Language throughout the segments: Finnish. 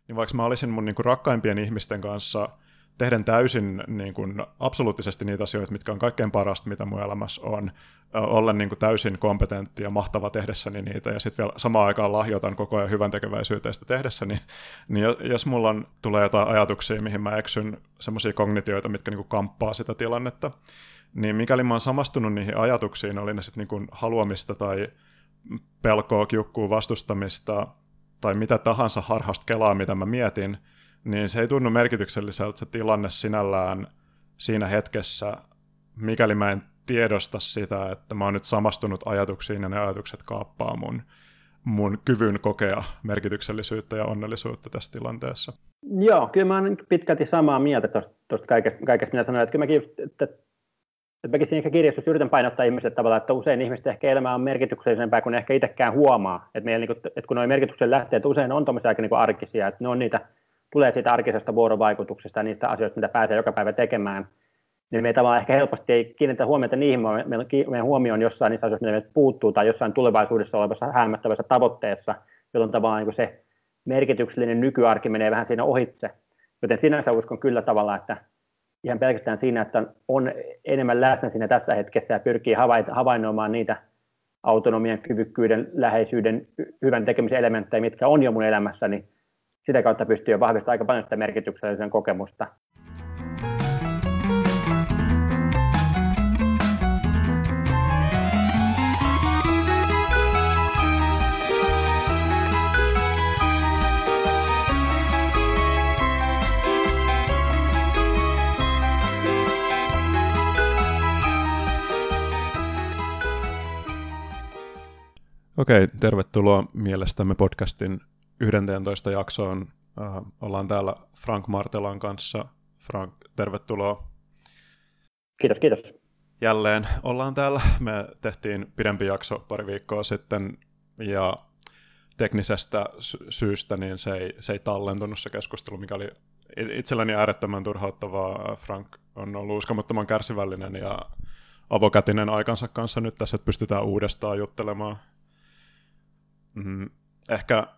niin vaikka mä olisin mun niin kuin rakkaimpien ihmisten kanssa tehden täysin niin kuin absoluuttisesti niitä asioita, mitkä on kaikkein parasta, mitä mun elämässä on, ollen niin kuin täysin kompetentti ja mahtava tehdessäni niitä, ja sitten vielä samaan aikaan lahjoitan koko ajan hyvän tekeväisyyteen sitä tehdessäni, niin jos mulla tulee jotain ajatuksia, mihin mä eksyn semmoisia kognitioita, mitkä niin kuin kamppaa sitä tilannetta, niin mikäli mä oon samastunut niihin ajatuksiin, oli ne sitten niin kuin haluamista tai pelkoa, kiukkuu, vastustamista tai mitä tahansa harhasta kelaa, mitä mä mietin, niin se ei tunnu merkitykselliseltä se tilanne sinällään siinä hetkessä, mikäli mä en tiedosta sitä, että mä oon nyt samastunut ajatuksiin ja ne ajatukset kaappaa mun kyvyn kokea merkityksellisyyttä ja onnellisuutta tässä tilanteessa. Joo, kyllä mä oon pitkälti samaa mieltä tuosta kaikesta, mitä sanoin. Että kyllä mäkin, että mäkin siinä kirjastossa yritän painottaa ihmiset tavallaan, että usein ihmisten ehkä elämä on merkityksellisempää kuin ne ehkä itsekään huomaa. Että, että kun nuo merkityksen lähteet usein on tuommoisia aika niin kuin arkisia, että ne on niitä, tulee siitä arkisesta vuorovaikutuksesta ja niistä asioista, mitä pääsee joka päivä tekemään, niin me tavallaan ehkä helposti ei kiinnitä huomiota niihin, meidän huomio on jossain niissä asioissa, mitä meiltä puuttuu, tai jossain tulevaisuudessa olevassa häämättävässä tavoitteessa, jolloin tavallaan niin se merkityksellinen nykyarki menee vähän siinä ohitse. Joten sinänsä uskon kyllä tavallaan, että ihan pelkästään siinä, että on enemmän läsnä siinä tässä hetkessä ja pyrkii havainnoimaan niitä autonomian, kyvykkyyden, läheisyyden, hyvän tekemisen elementtejä, mitkä on jo mun elämässä, niin sitä kautta pystyy jo vahvistamaan aika paljon sitä merkityksellisen kokemusta. Okei, tervetuloa mielestämme podcastin 11 jaksoon. Ollaan täällä Frank Martelan kanssa. Frank, tervetuloa. Kiitos. Jälleen ollaan täällä. Me tehtiin pidempi jakso pari viikkoa sitten ja teknisestä syystä niin se ei tallentunut se keskustelu, mikä oli itselläni äärettömän turhauttavaa. Frank on ollut uskomattoman kärsivällinen ja avokätinen aikansa kanssa nyt tässä, että pystytään uudestaan juttelemaan. Ehkä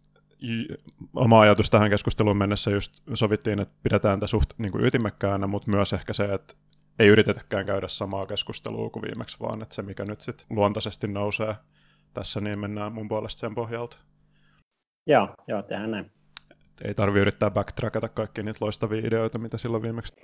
oma ajatus tähän keskusteluun mennessä just sovittiin, että pidetään tätä suht niin kuin ytimekkäänä, mutta myös ehkä se, että ei yritetäkään käydä samaa keskustelua kuin viimeksi, vaan että se, mikä nyt sitten luontaisesti nousee tässä, niin mennään mun puolesta sen pohjalta. Joo, tehdään näin. Ei tarvitse yrittää backtrackata kaikki niitä loistavia ideoita, mitä silloin viimeksi.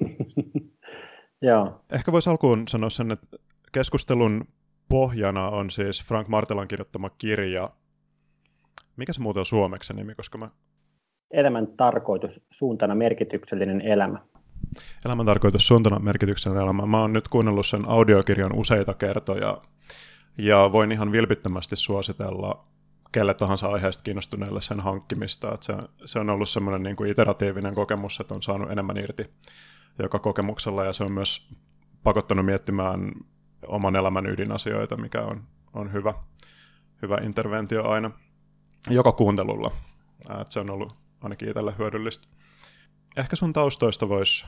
Joo. Ehkä voisi alkuun sanoa sen, että keskustelun pohjana on siis Frank Martelan kirjoittama kirja. Mikä se muuten on suomeksi nimi, koska Elämän tarkoitus, suuntana merkityksellinen elämä. Elämän tarkoitus, suuntana merkityksellinen elämä. Mä oon nyt kuunnellut sen audiokirjan useita kertoja ja voin ihan vilpittömästi suositella kelle tahansa aiheesta kiinnostuneelle sen hankkimista. Että se on ollut semmoinen niin kuin iteratiivinen kokemus, että on saanut enemmän irti joka kokemuksella ja se on myös pakottanut miettimään oman elämän ydinasioita, mikä on hyvä interventio aina. Joka kuuntelulla. Että se on ollut ainakin itselle hyödyllistä. Ehkä sun taustoista voisi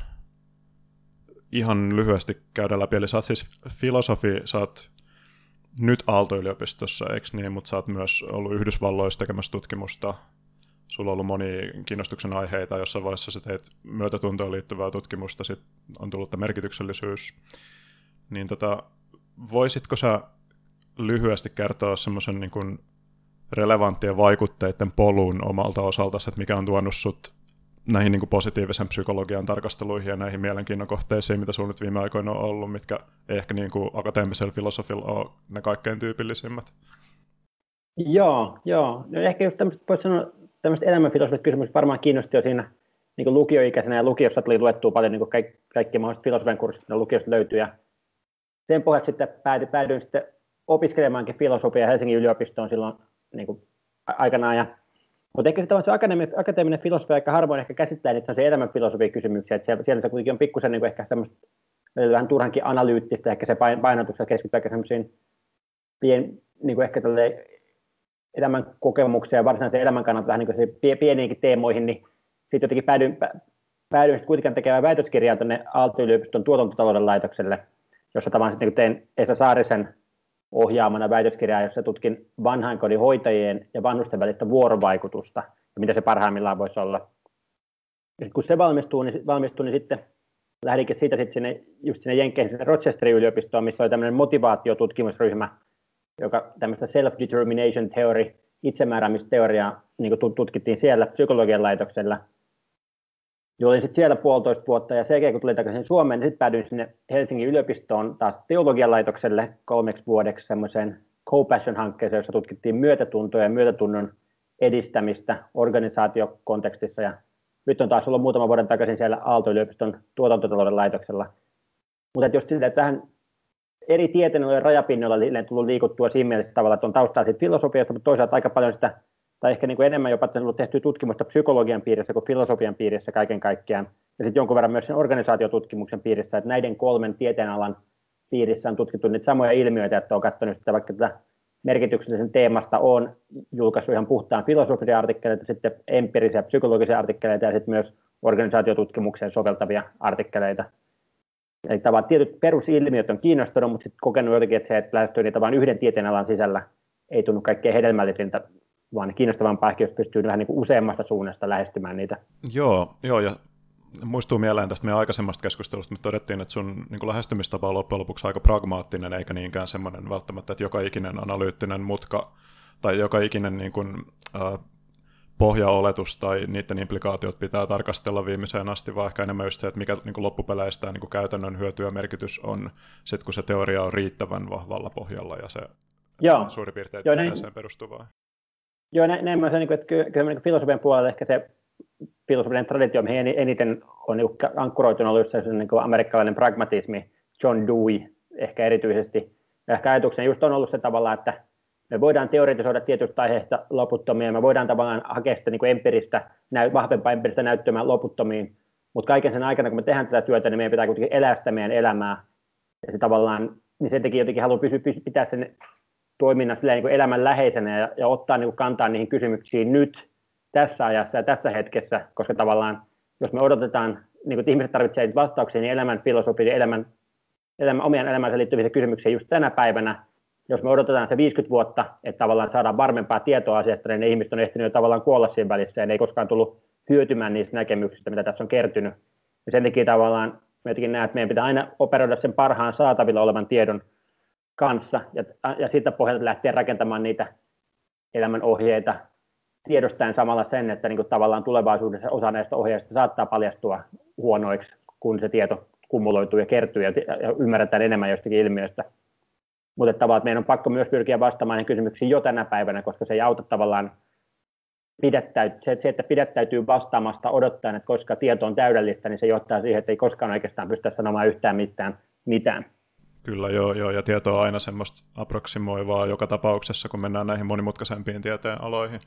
ihan lyhyesti käydä läpi. Eli sä oot siis filosofi, sä oot nyt Aalto-yliopistossa, eikö niin? Mutta sä oot myös ollut Yhdysvalloissa tekemässä tutkimusta. Sulla on ollut monia kiinnostuksen aiheita. Jossain vaiheessa sä teit myötätuntoon liittyvää tutkimusta. Sitten on tullut tämä merkityksellisyys. Niin voisitko sä lyhyesti kertoa semmoisen niin kuin relevanttien vaikutteiden polun omalta osaltasi, että mikä on tuonut sut näihin niin kuin positiivisen psykologian tarkasteluihin ja näihin mielenkiinnon kohteisiin, mitä sulla nyt viime aikoina on ollut, mitkä ei ehkä niin kuin akateemisella filosofilla ole ne kaikkein tyypillisimmät? Joo. No ehkä just voisi sanoa, tämmöiset elämänfilosofiset kysymykset varmaan kiinnosti jo siinä niin kuin lukioikäisenä ja lukiossa tuli luettua paljon niin kuin kaikki mahdolliset filosofian kurssit, mitä lukiosta löytyy ja sen pohjalta sitten päädyin sitten opiskelemaankin filosofiaa Helsingin yliopistoon silloin niin kuin aikanaan. Mutta ehkä se akateeminen filosofia aika harvoin ehkä käsittää niitä elämänfilosofian kysymyksiä, että siellä se kuitenkin on pikkusen niin ehkä semmoista vähän turhankin analyyttistä, ehkä se painotuksella keskittyy aika semmoisiin niin kuin ehkä elämän kokemuksia ja varsinaisen elämän kannalta vähän niin kuin pieniinkin teemoihin, niin sitten jotenkin päädyin kuitenkin tekemään väitöskirjaa tuonne Aalto-yliopiston tuotantotalouden laitokselle, jossa tavallaan sitten tein Esa Saarisen ohjaamana väitöskirjaa, jossa tutkin vanhainkodin hoitajien ja vanhusten välistä vuorovaikutusta. Ja mitä se parhaimmillaan voisi olla. Ja sit kun se valmistui, niin sitten lähdinkin siitä sitten sinne Jenkkeihin, sinne Rochesterin yliopistoon, missä oli tämmöinen motivaatiotutkimusryhmä, joka tämmöistä self-determination theory, itsemääräämisteoriaa niin tutkittiin siellä psykologian laitoksella. Ja olin sitten siellä 1,5 vuotta, ja sen jälkeen kun tulin takaisin Suomeen, niin sitten päädyin sinne Helsingin yliopistoon taas teologian laitokselle 3 vuodeksi semmoiseen Co-Passion-hankkeeseen, jossa tutkittiin myötätuntoa ja myötätunnon edistämistä organisaatiokontekstissa. Ja nyt on taas ollut muutaman vuoden takaisin siellä Aalto-yliopiston tuotantotalouden laitoksella. Mutta jos tähän eri tieteenalojen rajapinnoilla tullut liikuttua siinä mielessä tavalla, että on taustaa siitä filosofiasta, mutta toisaalta aika paljon sitä, tai ehkä niin kuin enemmän jopa on tehty tutkimusta psykologian piirissä kuin filosofian piirissä kaiken kaikkiaan. Ja sitten jonkun verran myös sen organisaatiotutkimuksen piirissä, että näiden 3 tieteenalan piirissä on tutkittu niitä samoja ilmiöitä, että on katsonut sitä vaikka tätä merkityksellisen teemasta on julkaissut ihan puhtaan filosofisia artikkeleita, sitten empiirisiä psykologisia artikkeleita ja sitten myös organisaatiotutkimukseen soveltavia artikkeleita. Eli tavallaan tietyt perusilmiöt on kiinnostunut, mutta sitten kokenut jotenkin, että se, että lähestyy niitä vain yhden tieteenalan sisällä, ei tunnu kaikkein hedelmällisintä, vaan kiinnostavampaa ehkä, jos pystyy vähän niin kuin useammasta suunnasta lähestymään niitä. Joo, ja muistuu mieleen tästä meidän aikaisemmasta keskustelusta, me todettiin, että sun niin kuin lähestymistapa on loppujen lopuksi aika pragmaattinen, eikä niinkään semmoinen välttämättä, että joka ikinen analyyttinen mutka tai joka ikinen niin kuin, pohjaoletus tai niiden implikaatiot pitää tarkastella viimeiseen asti, vaan ehkä enemmän just se, että mikä niin kuin loppupeleistä niin kuin käytännön hyöty ja merkitys on, sit kun se teoria on riittävän vahvalla pohjalla ja se suurin piirtein tieteeseen perustuvaa. Joo, näin mä sanon, että kyllä filosofian puolella ehkä se filosofinen traditio, mihin eniten on niin ankkuroitunut ollut se niin amerikkalainen pragmatismi, John Dewey ehkä erityisesti. Ja ehkä ajatuksena just on ollut se tavalla, että me voidaan teoretisoida tietystä aiheesta loputtomiin, me voidaan tavallaan hakea sitä niin vahvempaa empiiristä näyttömään loputtomiin, mutta kaiken sen aikana, kun me tehdään tätä työtä, niin meidän pitää kuitenkin elää sitä meidän elämää. Ja se tavallaan, niin sen takia jotenkin haluaa pitää sen toiminnan niin kuin elämänläheisenä ja ottaa niin kuin kantaa niihin kysymyksiin nyt, tässä ajassa ja tässä hetkessä, koska tavallaan, jos me odotetaan, niin kuin ihmiset tarvitsevat vastauksia, niin elämän filosofia ja omien elämäänsä liittyviä kysymyksiä just tänä päivänä, jos me odotetaan se 50 vuotta, että tavallaan saadaan varmempaa tietoa asiasta, niin ne ihmiset on ehtinyt jo tavallaan kuolla siinä välissä, ja ne ei koskaan tullut hyötymään niistä näkemyksistä, mitä tässä on kertynyt. Ja sen takia tavallaan me jotenkin näen, että meidän pitää aina operoida sen parhaan saatavilla olevan tiedon kanssa, ja siitä pohjalta lähteä rakentamaan niitä elämän ohjeita, tiedostaen samalla sen, että niin kuin tavallaan tulevaisuudessa osa näistä ohjeista saattaa paljastua huonoiksi, kun se tieto kumuloituu ja kertyy ja ymmärretään enemmän jostakin ilmiöstä. Mutta tavallaan meidän on pakko myös pyrkiä vastaamaan näihin kysymyksiin jo tänä päivänä, koska se ei auta tavallaan se, että pidättäytyy vastaamasta odottaen, että koska tieto on täydellistä, niin se johtaa siihen, että ei koskaan oikeastaan pystytä sanomaan yhtään mitään. Kyllä joo, ja tieto on aina semmoista aproksimoivaa joka tapauksessa, kun mennään näihin monimutkaisempiin tieteen aloihin.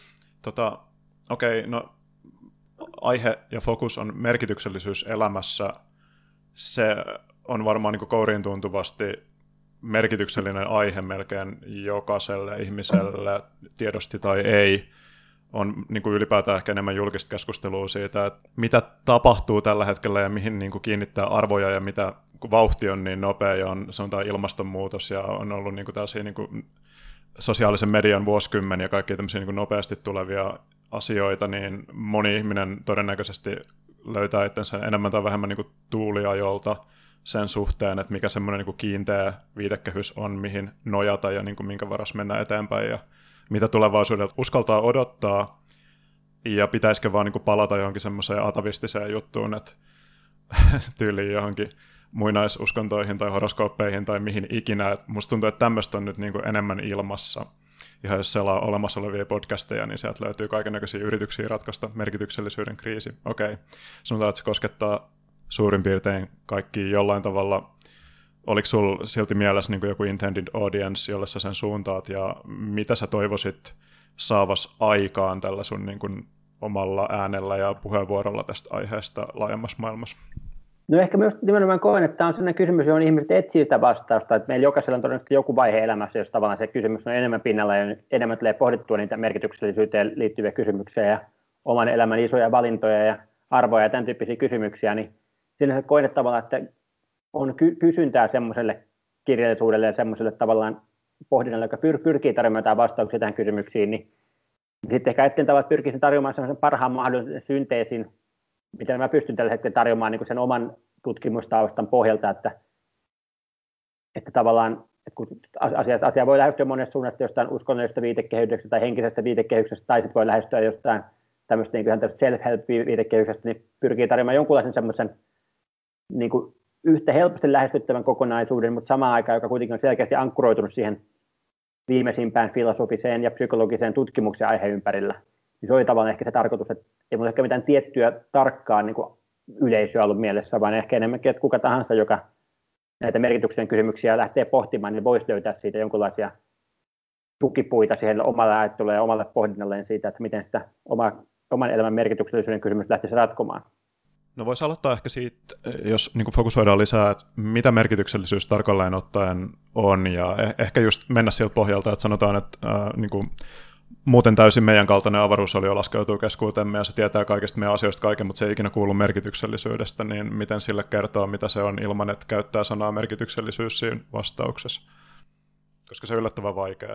No aihe ja fokus on merkityksellisyys elämässä. Se on varmaan niin kuin kouriin tuntuvasti merkityksellinen aihe melkein jokaiselle ihmiselle, tiedosti tai ei. On niin kuin ylipäätään ehkä enemmän julkista keskustelua siitä, että mitä tapahtuu tällä hetkellä ja mihin niin kuin kiinnittää arvoja ja mitä kun vauhti on niin nopea ja on sanotaan ilmastonmuutos ja on ollut niin kuin tällaisia niin kuin sosiaalisen median vuosikymmeniä ja kaikkia tämmöisiä niin kuin nopeasti tulevia asioita, niin moni ihminen todennäköisesti löytää itsensä enemmän tai vähemmän niin kuin tuuliajolta sen suhteen, että mikä semmoinen niin kuin kiinteä viitekehys on, mihin nojata ja niin kuin minkä varassa mennä eteenpäin ja mitä tulevaisuudelta uskaltaa odottaa ja pitäisikö vaan niin kuin palata johonkin semmoiseen atavistiseen juttuun, että tyyliin johonkin muinaisuskontoihin tai horoskooppeihin tai mihin ikinä. Et musta tuntuu, että tämmöistä on nyt niin kuin enemmän ilmassa. Ihan jos siellä on olemassa olevia podcasteja, niin sieltä löytyy kaikennäköisiä yrityksiä ratkaista merkityksellisyyden kriisi. Okei, sanotaan, että se koskettaa suurin piirtein kaikki jollain tavalla. Oliko sulla silti mielessä niin kuin joku intended audience, jolle sä sen suuntaat, ja mitä sä toivoisit saavas aikaan tällä sun niin kuin omalla äänellä ja puheenvuorolla tästä aiheesta laajemmassa maailmassa? No ehkä myös nimenomaan koen, että tämä on sellainen kysymys, johon ihmiset etsii sitä vastausta, että meillä jokaisella on todennäköisesti joku vaihe elämässä, jos tavallaan se kysymys on enemmän pinnalla ja enemmän tulee pohdittua niitä merkityksellisyyteen liittyviä kysymyksiä ja oman elämän isoja valintoja ja arvoja ja tämän tyyppisiä kysymyksiä, niin siinä koen, että tavallaan, että on kysyntää semmoiselle kirjallisuudelle ja semmoiselle tavallaan pohdinnalle, joka pyrkii tarjoamaan jotain vastauksia tähän kysymyksiin, niin Sitten ehkä ajattelin tavallaan, että pyrkisin tarjoamaan sellaisen parhaan mahdollisen synteesin, mitä mä pystyn tällä hetkellä tarjoamaan niin sen oman tutkimustaustan pohjalta, että tavallaan, että kun asia voi lähestyä monesta suunnasta jostain uskonnollisesta viitekehyksestä tai henkisestä viitekehyksestä, tai sitten voi lähestyä jostain tämmöistä niin self-help-viitekehyksestä, niin pyrkii tarjoamaan jonkunlaisen semmoisen niin kuin yhtä helposti lähestyttävän kokonaisuuden, mutta samaan aikaan, joka kuitenkin on selkeästi ankkuroitunut siihen viimeisimpään filosofiseen ja psykologiseen tutkimuksen aiheen ympärillä. Niin se oli tavallaan ehkä se tarkoitus, että ei minulla ehkä mitään tiettyä tarkkaa niin kuin yleisöä ollut mielessä, vaan ehkä enemmänkin, että kuka tahansa, joka näitä merkityksen kysymyksiä lähtee pohtimaan, niin voisi löytää siitä jonkinlaisia tukipuita siihen omalle ajattelulle ja omalle pohdinnalleen siitä, että miten sitä oman elämän merkityksellisyyden kysymys lähtisi ratkomaan. No voisi aloittaa ehkä siitä, jos niin kuin fokusoidaan lisää, että mitä merkityksellisyys tarkalleen ottaen on, ja ehkä just mennä sieltä pohjalta, että sanotaan, että niin kuin muuten täysin meidän kaltainen avaruusolio laskeutuu keskuutemme, ja se tietää kaikista meidän asioista kaiken, mutta se ei ikinä kuulu merkityksellisyydestä, niin miten sille kertoo, mitä se on ilman, että käyttää sanaa merkityksellisyys siinä vastauksessa? Koska se on yllättävän vaikeaa.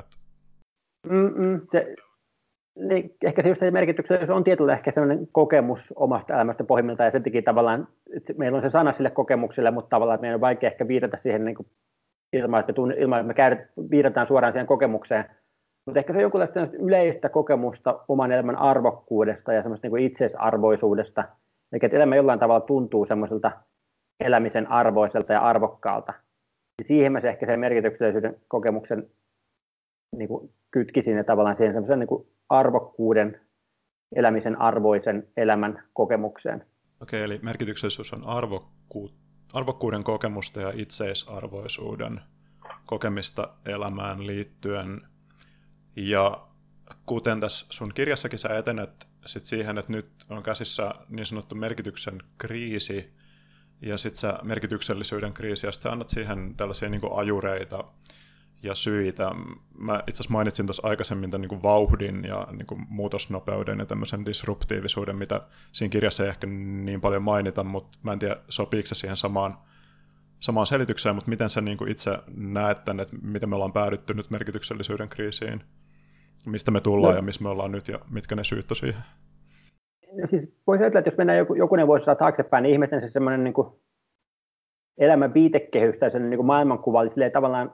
Niin, ehkä se just se merkityksellisyys on tietyllä ehkä sellainen kokemus omasta elämästä pohjimmiltaan, ja sen takia tavallaan, että meillä on se sana sille kokemukselle, mutta tavallaan, että meidän on vaikea ehkä viitata siihen niin kuin ilman, että me viitataan suoraan siihen kokemukseen. Mutta ehkä se on jonkinlaista yleistä kokemusta oman elämän arvokkuudesta ja semmoista niin kuin itseisarvoisuudesta. Eli että elämä jollain tavalla tuntuu semmoiselta elämisen arvoiselta ja arvokkaalta. Ja siihen mä se ehkä sen merkityksellisyyden kokemuksen niin kuin kytkisin ja tavallaan siihen semmoisen niin kuin arvokkuuden, elämisen arvoisen elämän kokemukseen. Okei, eli merkityksellisyys on arvokkuuden kokemusta ja itseisarvoisuuden kokemista elämään liittyen. Ja kuten tässä sun kirjassakin sä etenet sit siihen, että nyt on käsissä niin sanottu merkityksen kriisi, ja sitten sä merkityksellisyyden kriisi, ja sitten sä annat siihen tällaisia niin kuin ajureita ja syitä. Mä itse asiassa mainitsin tuossa aikaisemmin tämän niin kuin vauhdin ja niin kuin muutosnopeuden ja tämmöisen disruptiivisuuden, mitä siinä kirjassa ei ehkä niin paljon mainita, mutta mä en tiedä, sopiiko se siihen samaan selitykseen, mutta miten sä niin kuin itse näet tämän, että miten me ollaan päädytty nyt merkityksellisyyden kriisiin? Mistä me tullaan ja missä me ollaan nyt ja mitkä ne syyt on siihen? No siis voisi ajatella, että jos mennään jokunen vuosi taaksepäin, niin ihmisten se semmoinen niin kuin elämän viitekehys tai sellainen niin kuin maailmankuva oli tavallaan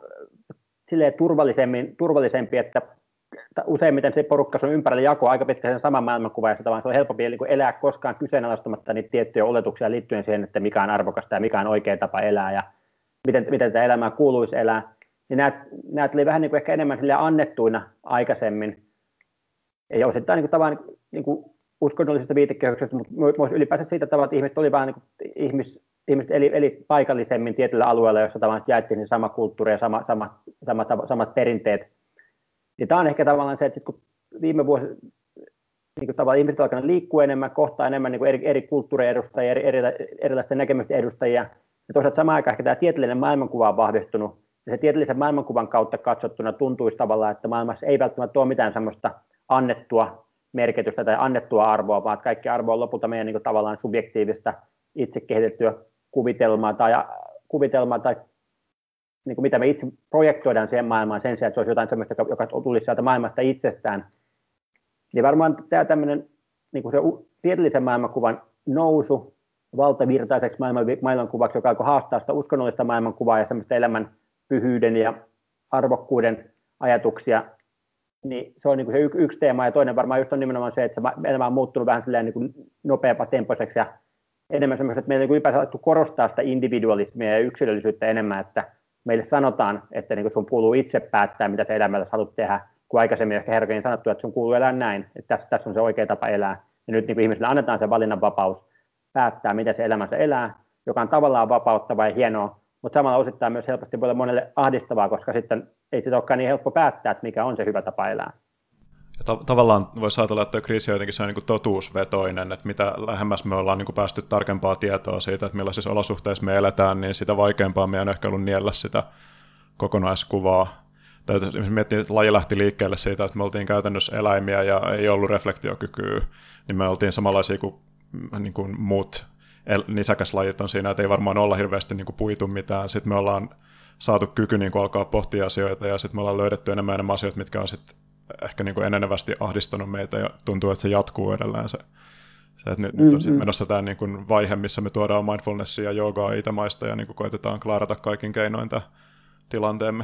turvallisempi, että useimmiten se porukka sun ympärillä jakoi aika pitkään sen saman maailmankuvan, ja se on helpompi niin kuin elää koskaan kyseenalaistamatta niitä tiettyjä oletuksia liittyen siihen, että mikä on arvokasta ja mikä on oikea tapa elää ja miten tätä elämää kuuluisi elää. Niin nämä tuli vähän niin kuin ehkä enemmän annettuina aikaisemmin. Ei osittain niin kuin tavallaan niin kuin uskonnollisesta viitekehyksestä, mutta myös ylipäänsä siitä tavalla, että ihmiset oli vähän niin kuin ihmiset eli paikallisemmin tietyllä alueella, jossa tavallaan jaettiin niin sama kulttuuri ja samat perinteet. Ja tämä on ehkä tavallaan se, että kun viime vuosi niin tavallaan ihmiset ovat alkaneet liikkua enemmän, kohtaa enemmän niin eri kulttuurien edustajia, erilaisten näkemysten edustajia, ja toisaalta samaan aikaan ehkä tämä tieteellinen maailmankuva on vahvistunut, ja se tieteellisen maailmankuvan kautta katsottuna tuntuisi tavallaan, että maailmassa ei välttämättä ole mitään semmoista annettua merkitystä tai annettua arvoa, vaan kaikki arvo on lopulta meidän niin kuin tavallaan subjektiivista itse kehitettyä kuvitelmaa tai niin kuin mitä me itse projektoidaan siihen maailmaan sen sijaan, että se olisi jotain sellaista, joka tulisi sieltä maailmasta itsestään. Niin varmaan tämä tämmöinen niin kuin se tieteellisen maailmankuvan nousu valtavirtaiseksi maailmankuvaksi, joka alkoi haastaa sitä uskonnollista maailmankuvaa ja semmoista elämän pyhyyden ja arvokkuuden ajatuksia, niin se on niin kuin se yksi teema, ja toinen varmaan just on nimenomaan se, että se elämä on muuttunut vähän niin kuin nopeatempoiseksi ja enemmän semmoista, että meillä on ylipäänsä alettu korostaa sitä individualismia ja yksilöllisyyttä enemmän, että meille sanotaan, että niin kuin sun kuuluu itse päättää, mitä sä elämällä haluat tehdä, kun aikaisemmin ehkä herkein sanottu, että sun kuuluu elää näin, että tässä on se oikea tapa elää. Ja nyt niin kuin ihmisille annetaan se valinnanvapaus päättää, miten se elämänsä elää, joka on tavallaan vapauttavaa ja hienoa, mutta samalla osittain myös helposti voi olla monelle ahdistavaa, koska sitten ei sitä olekaan niin helppo päättää, että mikä on se hyvä tapa elää. Ja tavallaan voisi ajatella, että kriisi on jotenkin se on niin kuin totuusvetoinen, että mitä lähemmäs me ollaan niin kuin päästy tarkempaa tietoa siitä, että millaisissa olosuhteissa me eletään, niin sitä vaikeampaa meidän on ehkä ollut niellä sitä kokonaiskuvaa. Tai jos miettii, että laji lähti liikkeelle siitä, että me oltiin käytännössä eläimiä ja ei ollut reflektiokykyä, niin me oltiin samanlaisia kuin muut nisäkäslajit on siinä, että ei varmaan olla hirveästi niin kuin puitu mitään. Sitten me ollaan saatu kyky niin kuin alkaa pohtia asioita, ja sitten me ollaan löydetty enemmän asioita, mitkä on sitten ehkä niin kuin enenevästi ahdistanut meitä ja tuntuu, että se jatkuu edelleen se että nyt on sitten menossa tämä niin kuin vaihe, missä me tuodaan mindfulnessia ja joogaa itämaista ja niin kuin koetetaan klaarata kaikin keinoin tämä tilanteemme.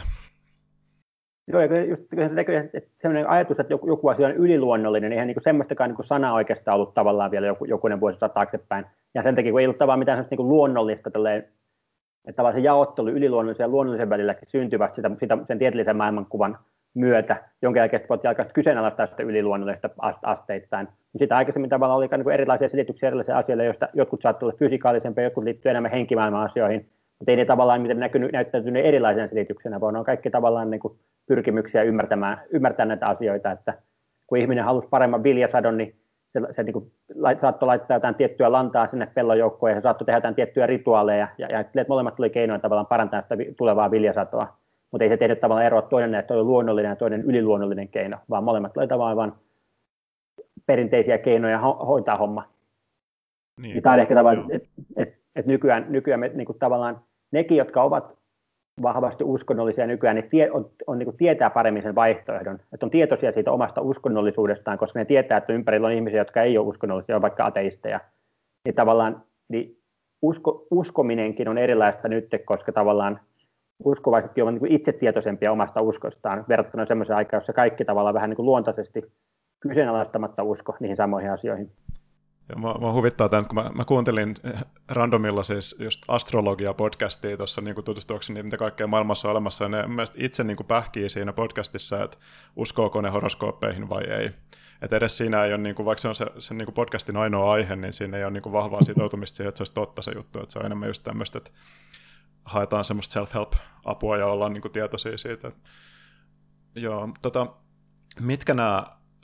Joo, ja just että sellainen ajatus, että joku asia on yliluonnollinen, eihän niin semmoistakaan niin sanaa oikeastaan ollut tavallaan vielä jokunen vuosisata taaksepäin. Ja sen takia, kun ei ollut tavallaan mitään niin luonnollista, että tavallaan se jaottelu yliluonnollisen ja luonnollisen välilläkin syntyvät sen tieteellisen maailmankuvan myötä, jonka jälkeen voitiin alkaa kyseenalaistaa sitä yliluonnollista asteittain. Sitä aikaisemmin tavallaan oli niin erilaisia selityksiä erilaisille asioille, joista jotkut saattavat olla fysikaalisempia, jotkut liittyy enemmän henkimaailman asioihin, mutta ei ne tavallaan miten näyttäytynyt erilaisena selityksenä, vaan ne on kaikki tavallaan niin kuin pyrkimyksiä ymmärtää näitä asioita, että kun ihminen halusi paremman viljasadon, niin se niin kuin saattoi laittaa jotain tiettyä lantaa sinne pellon joukkoon, ja se saattoi tehdä jotain tiettyjä rituaaleja, ja molemmat tuli keinoin tavallaan parantaa sitä tulevaa viljasatoa. Mutta ei se tehnyt tavallaan eroa toinen näistä oli luonnollinen ja toinen yliluonnollinen keino, vaan molemmat oli tavallaan vain perinteisiä keinoja hoitaa homma. Niin, tämä on ehkä tavallaan, että nykyään me, niin kuin tavallaan nekin, jotka ovat vahvasti uskonnollisia nykyään, niin niin kuin tietää paremmin sen vaihtoehdon, että on tietoisia siitä omasta uskonnollisuudestaan, koska ne tietää, että ympärillä on ihmisiä, jotka ei ole uskonnollisia, vaikka ateisteja. Niin tavallaan niin uskominenkin on erilaista nyt, koska tavallaan uskovaisetkin ovat niin kuin itsetietoisempia omasta uskostaan verrattuna semmoiseen aikaan, jossa kaikki tavallaan vähän niin kuin luontaisesti kyseenalaistamatta usko niihin samoihin asioihin. Ja mua huvittaa tämän, kun mä kuuntelin randomilla siis just astrologia-podcastia tuossa niin tutustuakseni, mitä kaikkea maailmassa on olemassa, ja ne mielestäni itse niin kuin pähkii siinä podcastissa, että uskooko ne horoskooppeihin vai ei. Että edes siinä ei ole, niin kuin, vaikka se on sen niin kuin podcastin ainoa aihe, niin siinä ei ole niin kuin vahvaa sitoutumista siihen, että se olisi totta se juttu, että se on enemmän just tämmöistä, että haetaan semmoista self-help-apua ja ollaan niin kuin tietoisia siitä. Joo, mitkä nämä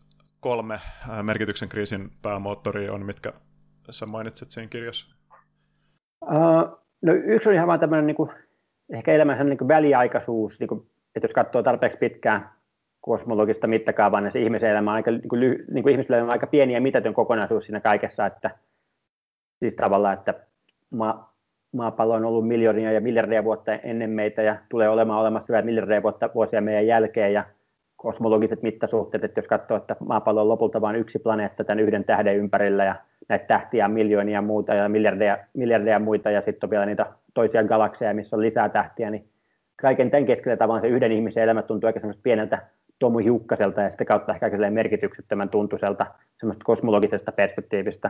3 merkityksen kriisin päämoottoria on, mitkä sä mainitsit siinä kirjassa? No yksi on ihan vaan tämmöinen niin kuin, ehkä elämänsä niin kuin väliaikaisuus, niin kuin, että jos katsoo tarpeeksi pitkään kosmologista mittakaavaa, niin se ihmisen elämä on aika, niin kuin ihmisellä on aika pieni ja mitätön kokonaisuus siinä kaikessa, että siis tavallaan, että maapallo on ollut miljoonia ja miljardeja vuotta ennen meitä ja tulee olemaan olemassa vielä miljardeja vuosia meidän jälkeen ja kosmologiset mittasuhteet, että jos katsoo, että maapallo on lopulta vain yksi planeetta tämän yhden tähden ympärillä ja näitä tähtiä on miljoonia muuta ja miljardeja muita ja sitten on vielä niitä toisia galakseja, missä on lisää tähtiä, niin kaiken tämän keskellä tavallaan se yhden ihmisen elämä tuntuu aika semmoista pieneltä tomuhiukkaselta ja sitä kautta ehkä aika merkityksettömän tuntuiselta semmoista kosmologisesta perspektiivistä.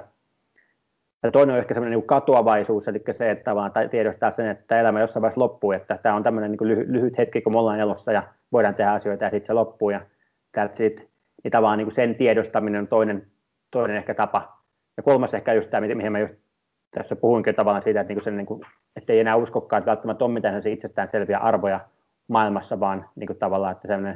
Ja toinen on ehkä semmoinen niin katoavaisuus, eli se, että tavallaan tiedostaa sen, että elämä jossain vaiheessa loppuu, että tämä on tämmöinen niin lyhyt hetki, kun me ollaan elossa ja voidaan tehdä asioita ja sitten se loppuu. Ja niin tavallaan niin sen tiedostaminen on toinen ehkä tapa. Ja kolmas ehkä just tämä, mihin mä just tässä puhuinkin tavallaan siitä, että, että ei enää uskokaan, että välttämättä on mitään itsestään selviä arvoja maailmassa, vaan niin tavallaan, että sellainen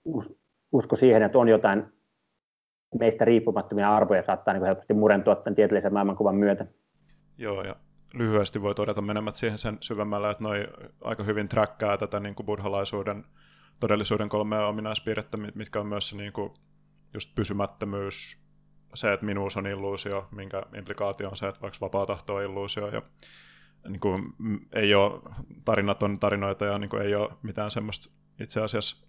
usko siihen, että on jotain meistä riippumattomia arvoja saattaa niin helposti murentua tämän tieteellisen maailmankuvan myötä. Joo, ja lyhyesti voi todeta menemät siihen sen syvemmällä, että noi aika hyvin trackkaa tätä niin kuin buddhalaisuuden todellisuuden 3 ominaispiirrettä, mitkä on myös se niin kuin just pysymättömyys, se, että minuus on illuusio, minkä implikaatio on se, että vaikka vapaa tahto on illuusio, ja niin kuin, ei ole, tarinat on tarinoita, ja niin kuin, ei ole mitään semmoista itse asiassa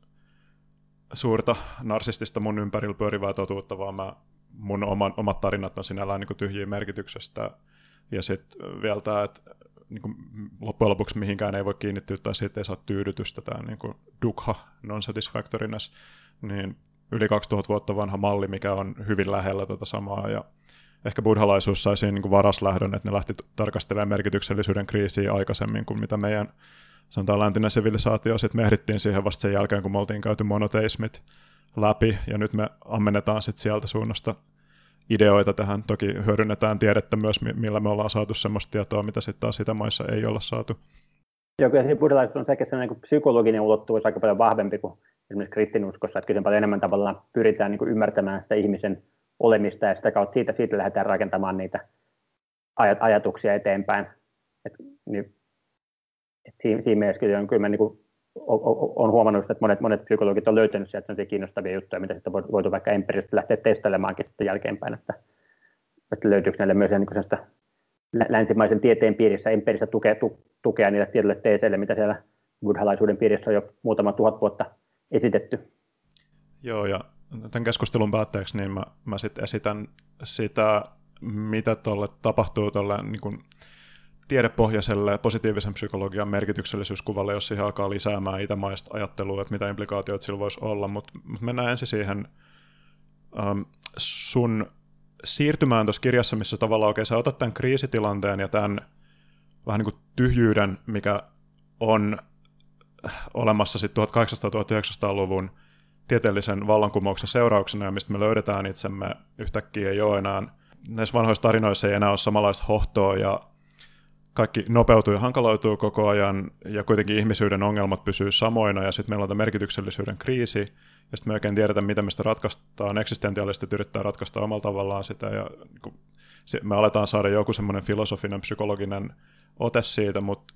suurta narsistista mun ympärillä pyörivää totuutta, vaan mun omat tarinat on sinällään niin kuin tyhjiä merkityksestä. Ja sitten vielä tämä, että niin kuin loppujen lopuksi mihinkään ei voi kiinnittyä tai siitä ei saa tyydytystä, tämä niin kuin dukkha, non-satisfactoriness, niin yli 2000 vuotta vanha malli, mikä on hyvin lähellä tätä samaa. Ja ehkä buddhalaisuus sai siinä niin kuin varaslähdön, että ne lähti tarkastelemaan merkityksellisyyden kriisiä aikaisemmin kuin mitä meidän sanotaan läntinen sivilisaatio, sitten me ehdittiin siihen vasta sen jälkeen, kun me oltiin käyty monoteismit läpi, ja nyt me ammennetaan sitten sieltä suunnasta ideoita tähän. Toki hyödynnetään tiedettä myös, millä me ollaan saatu semmoista tietoa, mitä sitten taas itämaissa ei olla saatu. Joo, kyllä siinä buddhalaisuus on sekä sellainen psykologinen ulottuvuus aika paljon vahvempi kuin esimerkiksi kristinuskossa, että kyllä paljon enemmän tavallaan pyritään niin kuin ymmärtämään sitä ihmisen olemista, ja sitä kautta siitä lähdetään rakentamaan niitä ajatuksia eteenpäin. Siinä mielessä on kyllä niin olen huomannut, että monet psykologit on löytänyt sieltä sellaisia kiinnostavia juttuja, mitä sitten on voitu vaikka empiirisesti lähteä testailemaankin sitten jälkeenpäin, että löytyykö näille myös niin länsimaisen tieteen piirissä empiiristä tukea niille tietyille teeseille, mitä siellä buddhalaisuuden piirissä on jo muutama 1000 vuotta esitetty. Joo, ja tämän keskustelun päätteeksi niin mä sitten esitän sitä, mitä tuolle tapahtuu tuolle niin kuin tiedepohjaiselle positiivisen psykologian merkityksellisyyskuvalle, jos siihen alkaa lisäämään itämaista ajattelua, että mitä implikaatioita sillä voisi olla, mutta mennään ensin siihen sun siirtymään tuossa kirjassa, missä tavallaan oikein sä otat tämän kriisitilanteen ja tämän vähän niin kuin tyhjyyden, mikä on olemassa sitten 1800-1900-luvun tieteellisen vallankumouksen seurauksena, ja mistä me löydetään itsemme yhtäkkiä ei ole enää, näissä vanhoissa tarinoissa ei enää ole samanlaista hohtoa, ja kaikki nopeutuu ja hankaloituu koko ajan, ja kuitenkin ihmisyyden ongelmat pysyy samoina, ja sitten meillä on tämä merkityksellisyyden kriisi, ja sitten me oikein tiedetään, miten me sitä ratkaistaan, eksistentialistit yrittää ratkaista omalla tavallaan sitä, ja me aletaan saada joku semmoinen filosofinen, psykologinen ote siitä, mutta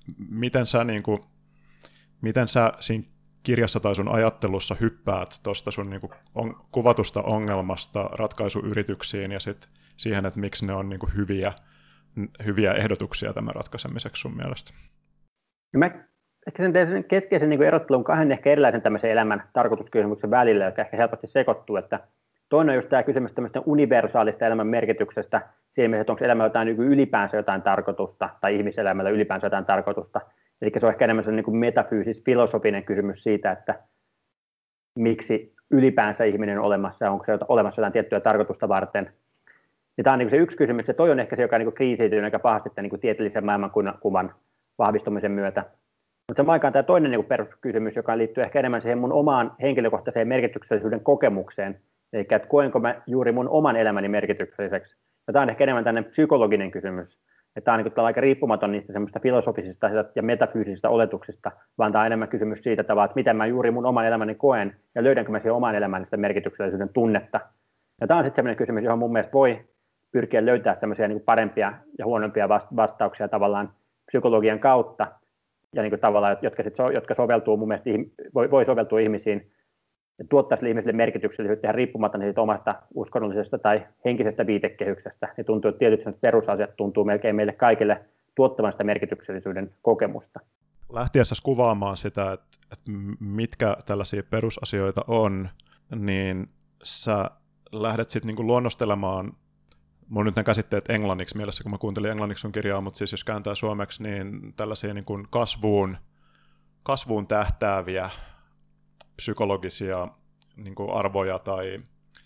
miten sä siinä kirjassa tai sun ajattelussa hyppäät tuosta sun niinku kuvatusta ongelmasta ratkaisuyrityksiin ja sitten siihen, että miksi ne on niinku hyviä ehdotuksia tämän ratkaisemiseksi sun mielestä? No mä ehkä sen teen keskeisen niin erottelun kahden ehkä erilaisen tämmöisen elämän tarkoituskysymyksen välillä, jotka ehkä helposti sekoittuu. Että toinen on just tämä kysymys tämmöistä universaalista elämän merkityksestä, siinä mielessä, että onko elämällä jotain niin ylipäänsä jotain tarkoitusta, tai ihmiselämällä ylipäänsä jotain tarkoitusta. Eli se on ehkä enemmän sellainen niin metafyysis-filosofinen kysymys siitä, että miksi ylipäänsä ihminen on olemassa, ja onko se olemassa jotain tiettyä tarkoitusta varten. Ja tämä on niin se yksi kysymys, ja toi on ehkä se, joka niin kriisiytyy aika pahasti tämän niin tieteellisen maailmankuvan vahvistumisen myötä. Mutta samaan aikaan tämä toinen niin peruskysymys, joka liittyy ehkä enemmän siihen mun omaan henkilökohtaiseen merkityksellisyyden kokemukseen, eli että koenko mä juuri mun oman elämäni merkitykselliseksi. Ja tämä on ehkä enemmän tämmöinen psykologinen kysymys. Että tämä on niin aika riippumaton niistä semmoista filosofisista ja metafyysisistä oletuksista, vaan tämä on enemmän kysymys siitä tavalla, että miten mä juuri mun oman elämäni koen ja löydänkö mä siihen oman elämäni sitä merkityksellisyyden tunnetta. Ja tämä on sitten semmoinen kysymys, johon mun mielestä voi pyrkiä löytämään tämmöisiä niin parempia ja huonompia vastauksia tavallaan psykologian kautta, ja niin tavallaan, jotka soveltuu mun mielestä, voi soveltua ihmisiin, ja tuottaa sille ihmiselle merkityksellisyyttä ihan riippumatta siitä omasta uskonnollisesta tai henkisestä viitekehyksestä. Ne tuntuu, että tietyt perusasiat tuntuu melkein meille kaikille tuottavan sitä merkityksellisyyden kokemusta. Lähtiessä kuvaamaan sitä, että mitkä tällaisia perusasioita on, niin sä lähdet sitten niinku luonnostelemaan, mun nyt ne käsitteet englanniksi mielessä, kun mä kuuntelin englanniksi sun kirjaa, mutta siis jos kääntää suomeksi, niin tällaisia niinku kasvuun tähtääviä psykologisia niinku arvoja tai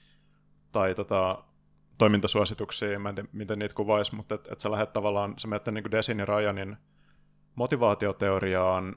toimintasuosituksia, mä en tiedä, miten niitä kuvaisi, mutta et sä lähdet tavallaan, sä menet niinku Desin ja Ryanin motivaatioteoriaan.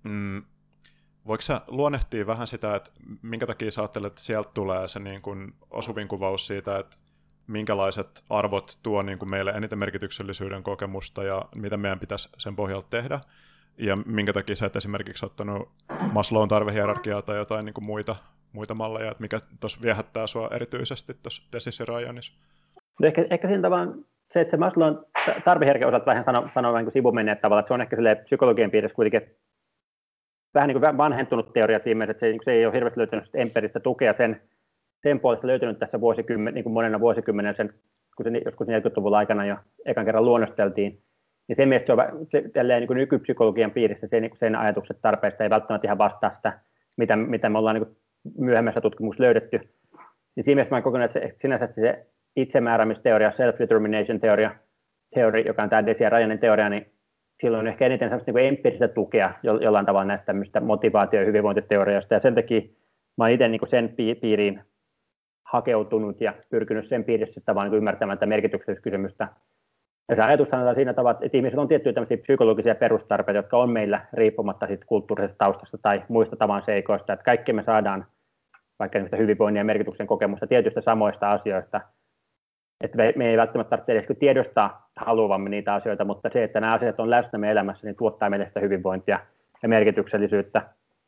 Voiko sä luonnehtia vähän sitä, että minkä takia sä ajattelet, että sieltä tulee se niin kuin osuvin kuvaus siitä, että minkälaiset arvot tuo niin kuin meille eniten merkityksellisyyden kokemusta ja mitä meidän pitäisi sen pohjalta tehdä, ja minkä takia sä et esimerkiksi ottanut Maslown tarvehierarkiaa tai jotain niin kuin muita malleja, että mikä tuossa viehättää sua erityisesti tuossa Desissä ja Ryanissa? No ehkä siinä tavallaan se, että se Maslown tarvehierarkia osalta vähän sanoo vähän kuin sivumenneet tavalla, että se on ehkä psykologian piirissä kuitenkin vähän niin kuin vanhentunut teoria siinä mielessä, että se ei ole hirveästi löytänyt empiiristä tukea sen puolesta löytynyt tässä niin kuin monena vuosikymmenen, kun se joskus 40-luvun aikana jo ekan kerran luonnosteltiin. Niin sen mielestä se on niin kuin nykypsykologian piirissä sen ajatukset tarpeesta ei välttämättä ihan vastaa sitä, mitä me ollaan niin kuin myöhemmässä tutkimuksessa löydetty. Niin siinä mielessä mä kokonaan, että sinänsä se itsemääräämisteoria, self-determination teori, joka on tämä Desi ja Ryanin teoria, niin silloin on ehkä eniten sellaista niin empiiristä tukea jollain tavalla näistä tämmöistä motivaatio- ja hyvinvointiteorioista. Ja sen takia mä olen itse niin sen piiriin hakeutunut ja pyrkinyt sen piirissä tavallaan niin ymmärtämään tätä merkityksellisyyskysymystä. Ja se ajatus sanotaan siinä tavalla, että ihmisillä on tiettyjä tämmöisiä psykologisia perustarpeita, jotka on meillä riippumatta siitä kulttuurisesta taustasta tai muista tavan seikoista. Että kaikki me saadaan vaikka hyvinvoinnin ja merkityksen kokemusta tietyistä samoista asioista. Että me ei välttämättä tarvitse edes tiedostaa haluamme niitä asioita, mutta se, että nämä asiat on läsnä meidän elämässä, niin tuottaa meille sitä hyvinvointia ja merkityksellisyyttä.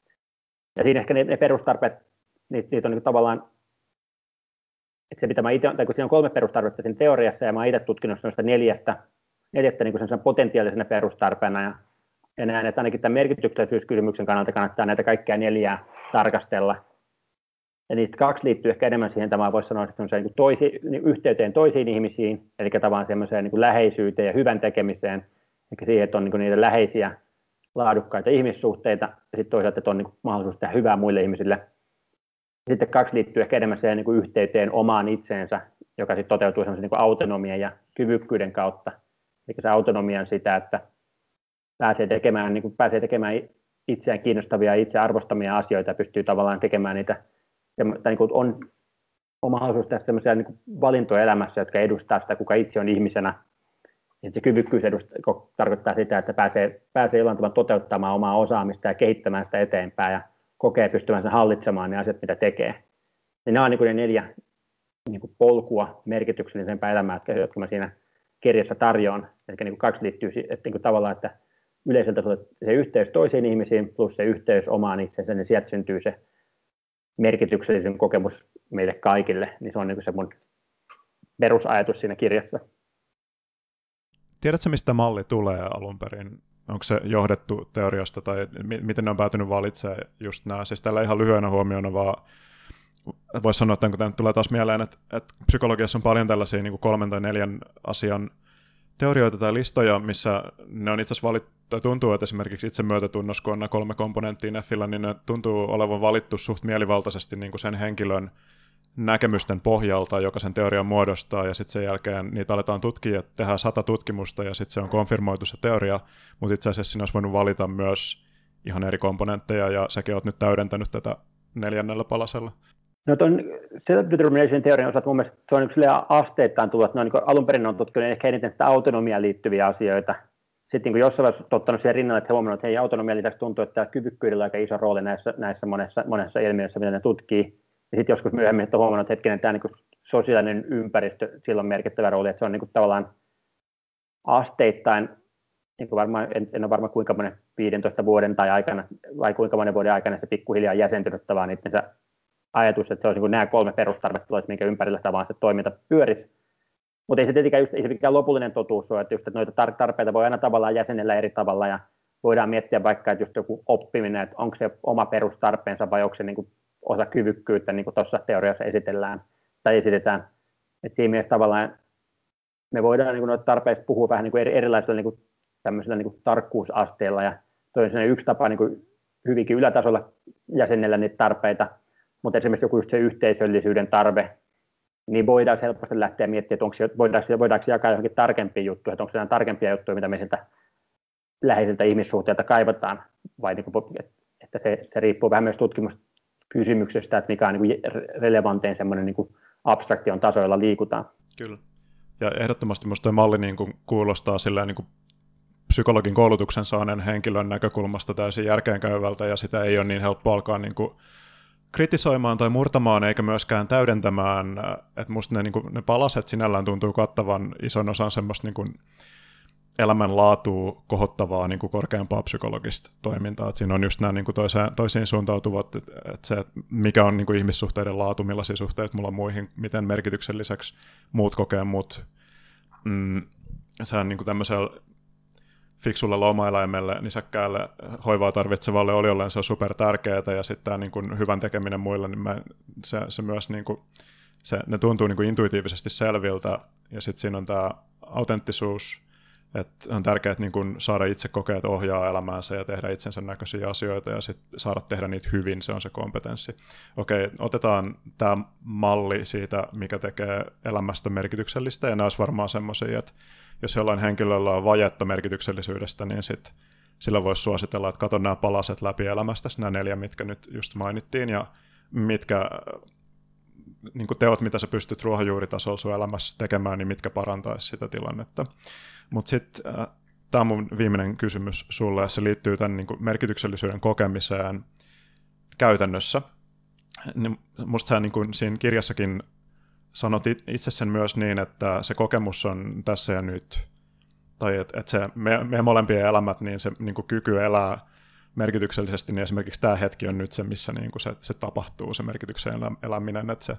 Ja siinä ehkä ne perustarpeet, niitä on niin tavallaan, että se mitä mä itse, tai kun siinä on 3 perustarvetta siinä teoriassa, ja mä oon itse tutkinut sellaista neljättä niin kuin potentiaalisena perustarpeena, ja näen, että ainakin tämän merkityksellisyyskysymyksen kannalta kannattaa näitä kaikkia 4 tarkastella. Ja niistä 2 liittyy ehkä enemmän siihen, tämä voisi sanoa, että yhteyteen toisiin ihmisiin, eli tavallaan semmoiseen niin kuin läheisyyteen ja hyvän tekemiseen, eli siihen, että on niin kuin niitä läheisiä, laadukkaita ihmissuhteita, ja sitten toisaalta, että on niin kuin mahdollisuus tehdä hyvää muille ihmisille. Sitten 2 liittyy ehkä enemmän siihen niin kuin yhteyteen omaan itseensä, joka sitten toteutuu sellaisen niin kuin autonomian ja kyvykkyyden kautta. Eli se autonomian sitä, että pääsee tekemään itseään kiinnostavia ja itse arvostamia asioita ja pystyy tavallaan tekemään niitä, tai niin kuin on mahdollisuus tehdä sellaisia niin kuin valintoja elämässä, jotka edustaa sitä, kuka itse on ihmisenä. Ja se kyvykkyys tarkoittaa sitä, että pääsee jollain tavalla toteuttamaan omaa osaamista ja kehittämään sitä eteenpäin ja kokee pystyvänsä hallitsemaan ne asiat, mitä tekee. Ja nämä on niin kuin ne 4 niin kuin polkua merkityksellisempää elämää, jotka mä siinä kirjassa tarjoan. Eli niin kuin 2 liittyy että niin kuin tavallaan, että yleisellä tasolla se yhteys toisiin ihmisiin plus se yhteys omaan itsensä, niin sieltä syntyy se merkityksellisen kokemus meille kaikille. Niin se on niin kuin se mun perusajatus siinä kirjassa. Tiedätkö, mistä malli tulee alun perin? Onko se johdettu teoriasta tai miten ne on päätynyt valitsemaan just nämä? Siis tällä ihan lyhyenä huomiona vaan voisi sanoa, että tämä tulee taas mieleen, että psykologiassa on paljon tällaisia niin kuin 3 tai 4 asian teorioita tai listoja, missä ne on itse asiassa valittu, tai tuntuu, että esimerkiksi itsemyötätunnos, kun on nämä 3 komponenttia Neffillä, niin ne tuntuu olevan valittu suht mielivaltaisesti niin kuin sen henkilön näkemysten pohjalta, joka sen teorian muodostaa, ja sitten sen jälkeen niitä aletaan tutkia ja tehdään 100 tutkimusta, ja sitten se on konfirmoitu se teoria, mutta itse asiassa siinä olisi voinut valita myös ihan eri komponentteja, ja säkin olet nyt täydentänyt tätä 4. palasella. No tuon self-determination teorian osalta mun mielestä se on asteittain tullut, että niin alun perin on tutkinut ehkä eniten sitä autonomiaan liittyviä asioita. Sitten niin jossain vaiheessa ottanut siihen rinnalle, että he huomannut, että hei, autonomian lisäksi tuntuu, että kyvykkyydellä on aika iso rooli näissä monessa ilmiössä, mitä ne tutkii. Ja sitten joskus myöhemmin että on huomannut, että hetkinen, tämä niin sosiaalinen ympäristö, sillä on merkittävä rooli, että se on niin tavallaan asteittain, niin varmaan, en ole varma kuinka monen 15 vuoden tai aikana, vai kuinka monen vuoden aikana se pikkuhiljaa jäsentynyt tavallaan itsensä ajatus, että se olisi niin nämä 3 perustarvetta, minkä ympärillä tavallaan se toiminta pyörisi. Mutta ei se tietenkään just, ei se mikään lopullinen totuus ole, että, just, että noita tarpeita voi aina tavallaan jäsenellä eri tavalla, ja voidaan miettiä vaikka, että just joku oppiminen, että onko se oma perustarpeensa vai onko se niin kuin osa kyvykkyyttä, niin kuin tuossa teoriassa esitetään. Et siinä mielessä tavallaan me voidaan niin kuin noita tarpeista puhua vähän niin kuin erilaisilla niin kuin tämmöisillä niin kuin tarkkuusasteilla, ja toi on yksi tapa niin kuin hyvinkin ylätasolla jäsenellä niitä tarpeita, mutta esimerkiksi joku just se yhteisöllisyyden tarve, niin voidaan helposti lähteä miettimään, että voidaanko jakaa johonkin tarkempia juttuja, että onko se tarkempia juttuja, mitä me siltä läheisiltä ihmissuhteilta kaivataan, vai niin kuin, että se riippuu vähän myös tutkimuskysymyksestä, että mikä on niin kuin relevantein semmoinen niin kuin abstraktion tasoilla liikutaan. Kyllä. Ja ehdottomasti minusta tuo malli niin kuin kuulostaa silleen niin kuin psykologin koulutuksen saaneen henkilön näkökulmasta täysin järkeenkäyvältä, ja sitä ei ole niin helppo alkaa niin kuin kritisoimaan tai murtamaan eikä myöskään täydentämään, että musta ne, niin kuin, ne palaset sinällään tuntuu kattavan ison osan semmoista niin kuin elämänlaatua kohottavaa niin kuin korkeampaa psykologista toimintaa. Että siinä on just nämä niin kuin toisiin suuntautuvat, että se, mikä on niin kuin ihmissuhteiden laatu, millaisia suhteita mulla on muihin, miten merkityksen lisäksi muut kokee mut. Se on niin kuin tämmöisellä fiksulle lomaeläimelle, nisäkkäälle, hoivaa tarvitsevalle oliolle se on super tärkeää, ja sitten tämä niin kuin hyvän tekeminen muille, niin se myös niin kuin, ne tuntuu niin kuin intuitiivisesti selviltä, ja sitten siinä on tämä autenttisuus, että on tärkeää niin kuin saada itse kokeet ohjaa elämäänsä ja tehdä itsensä näköisiä asioita ja sitten saada tehdä niitä hyvin, se on se kompetenssi. Okei, otetaan tämä malli siitä, mikä tekee elämästä merkityksellistä, ja nämä olisi varmaan semmoisia, että jos jollain henkilöllä on vajetta merkityksellisyydestä, niin sitten sillä voisi suositella, että katso nämä palaset läpi elämästä, nämä 4, mitkä nyt just mainittiin, ja mitkä niin kuin teot, mitä sä pystyt ruohonjuuritasolla sun elämässä tekemään, niin mitkä parantaisi sitä tilannetta. Mutta sitten tämä on mun viimeinen kysymys sulle, ja se liittyy tämän niin kuin merkityksellisyyden kokemiseen käytännössä. Niin musta sä niin kuin siinä kirjassakin sanot itse sen myös niin, että se kokemus on tässä ja nyt, tai että se meidän molempien elämät, niin se niin kuin kyky elää merkityksellisesti, niin esimerkiksi tämä hetki on nyt se, missä niin kuin se tapahtuu, se merkityksen eläminen, että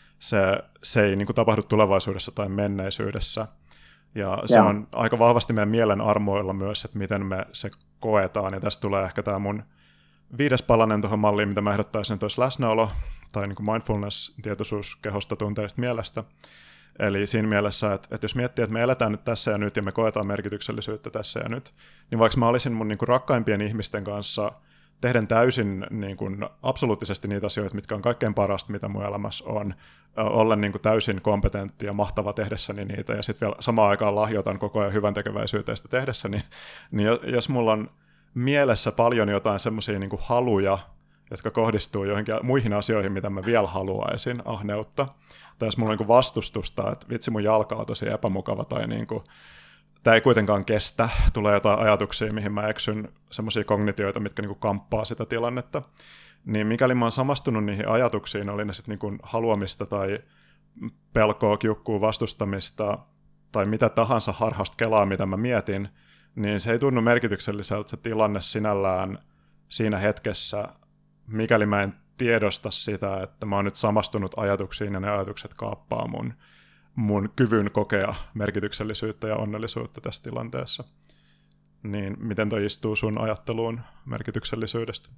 se ei niin kuin tapahdu tulevaisuudessa tai menneisyydessä. Ja se on aika vahvasti meidän mielen armoilla myös, että miten me se koetaan, ja tästä tulee ehkä tämä mun 5. palanen tuohon malliin, mitä mä ehdottaisin, että olisi läsnäolo, tai niin kuin mindfulness, tietoisuus kehosta, tunteista, mielestä. Eli siinä mielessä, että jos miettii, että me eletään nyt tässä ja nyt, ja me koetaan merkityksellisyyttä tässä ja nyt, niin vaikka mä olisin mun niin kuin rakkaimpien ihmisten kanssa tehden täysin niin kuin absoluuttisesti niitä asioita, mitkä on kaikkein parasta, mitä mun elämässä on, ollen niin kuin täysin kompetentti ja mahtava tehdessäni niitä, ja sitten vielä samaan aikaan lahjoitan koko ajan hyvän tekeväisyyteen sitä tehdessäni, niin jos mulla on mielessä paljon jotain semmoisia niin kuin haluja, jotka kohdistuu joihinkin muihin asioihin, mitä mä vielä haluaisin, ahneutta, tai jos mulla on niin kuin vastustusta, että vitsi mun jalka on tosi epämukava, tai niin kuin, tämä ei kuitenkaan kestä, tulee jotain ajatuksia, mihin mä eksyn semmoisia kognitioita, mitkä niin kuin kamppaa sitä tilannetta, niin mikäli mä oon samastunut niihin ajatuksiin, oli ne sitten niin kuin haluamista tai pelkoa, kiukkuu, vastustamista, tai mitä tahansa harhasta kelaa, mitä mä mietin, niin se ei tunnu merkitykselliseltä se tilanne sinällään siinä hetkessä, mikäli mä en tiedosta sitä, että mä oon nyt samastunut ajatuksiin ja ne ajatukset kaappaa mun kyvyn kokea merkityksellisyyttä ja onnellisuutta tässä tilanteessa. Niin miten toi istuu sun ajatteluun merkityksellisyydestä?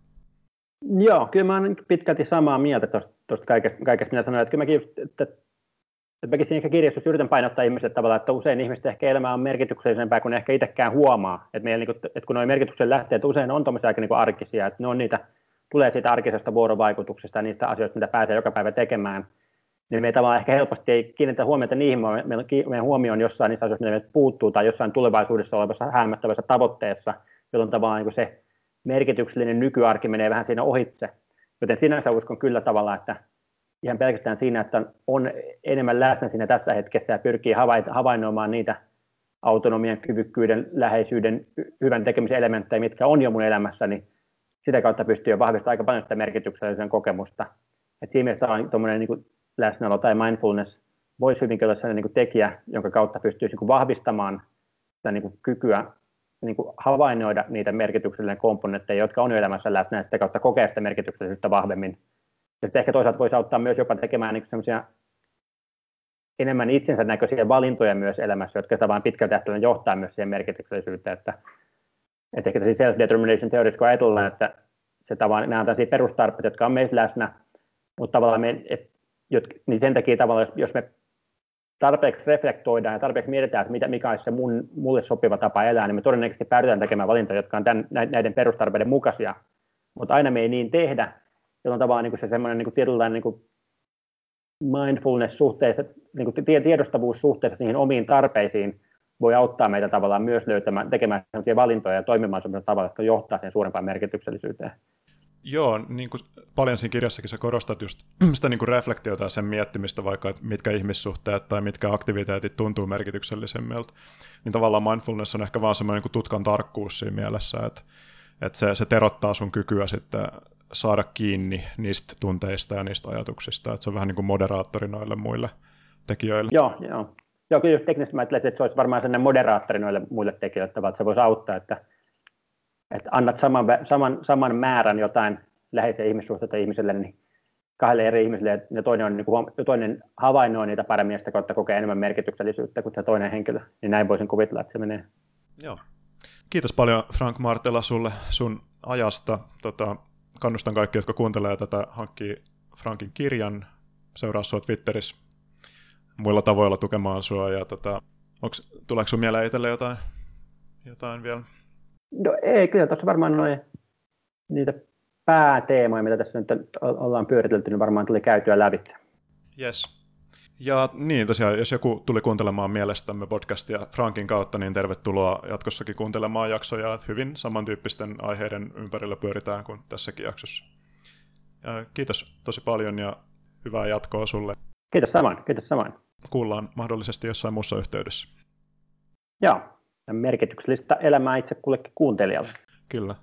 Joo, kyllä mä oon pitkälti samaa mieltä tuosta kaikesta, mitä sanoin. Että kyllä mäkin, että mäkin siinä kirjastossa yritän painottaa ihmiset tavallaan, että usein ihmisten ehkä elämä on merkityksellisempää kuin ne ehkä itsekään huomaa. Että, meillä, että kun nuo merkityksen lähteet usein on tuommoisia aika niin arkisia, että ne on niitä, tulee siitä arkisesta vuorovaikutuksesta ja niistä asioista, mitä pääsee joka päivä tekemään, niin me tavallaan ehkä helposti ei kiinnitä huomiota niihin, meidän huomio on jossain niissä asioissa, mitä meiltä puuttuu, tai jossain tulevaisuudessa olevassa häämättävässä tavoitteessa, jolloin tavallaan niin se merkityksellinen nykyarki menee vähän siinä ohitse. Joten sinänsä uskon kyllä tavallaan, että ihan pelkästään siinä, että on enemmän läsnä siinä tässä hetkessä ja pyrkii havainnoimaan niitä autonomian, kyvykkyyden, läheisyyden, hyvän tekemisen elementtejä, mitkä on jo mun elämässä, niin sitä kautta pystyy jo vahvistamaan aika paljon sitä merkityksellisen kokemusta. Et siinä mielessä on tuommoinen niin läsnäolo tai mindfulness voisi hyvinkin olla sellainen niin tekijä, jonka kautta pystyisi niin vahvistamaan sitä niin kykyä niin havainnoida niitä merkityksellisiä komponentteja, jotka on jo elämässä läsnä, ja sitä kautta kokea sitä merkityksellisyyttä vahvemmin. Ja ehkä toisaalta voisi auttaa myös jopa tekemään niin semmoisia enemmän itsensä näköisiä valintoja myös elämässä, jotka sitä vain pitkältä tähtäimellä johtaa myös siihen merkityksellisyyteen. Että ehkä tässä self-determination teoriassa, kun ajatellaan, että se tavallaan, nämä on tällaisia perustarpeita, jotka on meissä läsnä, mutta tavallaan niin sen takia tavallaan, jos me tarpeeksi reflektoidaan ja tarpeeksi mietitään, että mikä olisi se mulle sopiva tapa elää, niin me todennäköisesti päädytään tekemään valintoja, jotka on näiden perustarpeiden mukaisia, mutta aina me ei niin tehdä, jolloin tavallaan niin se semmoinen niin tietynlainen niin mindfulness suhteessa, niin tiedostavuus suhteessa niihin omiin tarpeisiin voi auttaa meitä tavallaan myös tekemään sellaisia valintoja ja toimimaan sellaisella tavalla, jotka johtaa siihen suurempaan merkityksellisyyteen. Joo, niin kuin paljon siinä kirjassakin sä korostat just sitä niin kuin reflektiota ja sen miettimistä, vaikka että mitkä ihmissuhteet tai mitkä aktiviteetit tuntuu merkityksellisemmiltä, niin tavallaan mindfulness on ehkä vaan semmoinen niin kuin tutkan tarkkuus siinä mielessä, että se terottaa sun kykyä sitten saada kiinni niistä tunteista ja niistä ajatuksista, että se on vähän niin kuin moderaattori noille muille tekijöille. Joo, kyllä just teknisesti mä ajattelen, että se olisi varmaan sellainen moderaattori noille muille tekijöille, että se voisi auttaa, että annat saman määrän jotain läheisiä ihmissuhteita ihmiselle, niin kahdelle eri ihmiselle, ja toinen havainnoi niitä paremmin, ja sitä kautta kokee enemmän merkityksellisyyttä kuin se toinen henkilö. Niin näin voisin kuvitella, että se menee. Joo. Kiitos paljon Frank Martela sulle sun ajasta. Kannustan kaikki, jotka kuuntelee tätä, hankkii Frankin kirjan, seuraa sua Twitterissä, muilla tavoilla tukemaan sua, ja tuleeko sun mieleen itselle jotain vielä? No ei, kyllä tuossa varmaan niitä pääteemoja, mitä tässä nyt ollaan pyöritelty, niin varmaan tuli käytyä lävitse. Yes. Ja niin tosiaan, jos joku tuli kuuntelemaan mielestämme podcastia Frankin kautta, niin tervetuloa jatkossakin kuuntelemaan jaksoja, että hyvin samantyyppisten aiheiden ympärillä pyöritään kuin tässäkin jaksossa. Ja kiitos tosi paljon ja hyvää jatkoa sulle. Kiitos samoin. Kuullaan mahdollisesti jossain muussa yhteydessä. Joo, merkityksellistä elämää itse kullekin kuuntelijalle. Kyllä.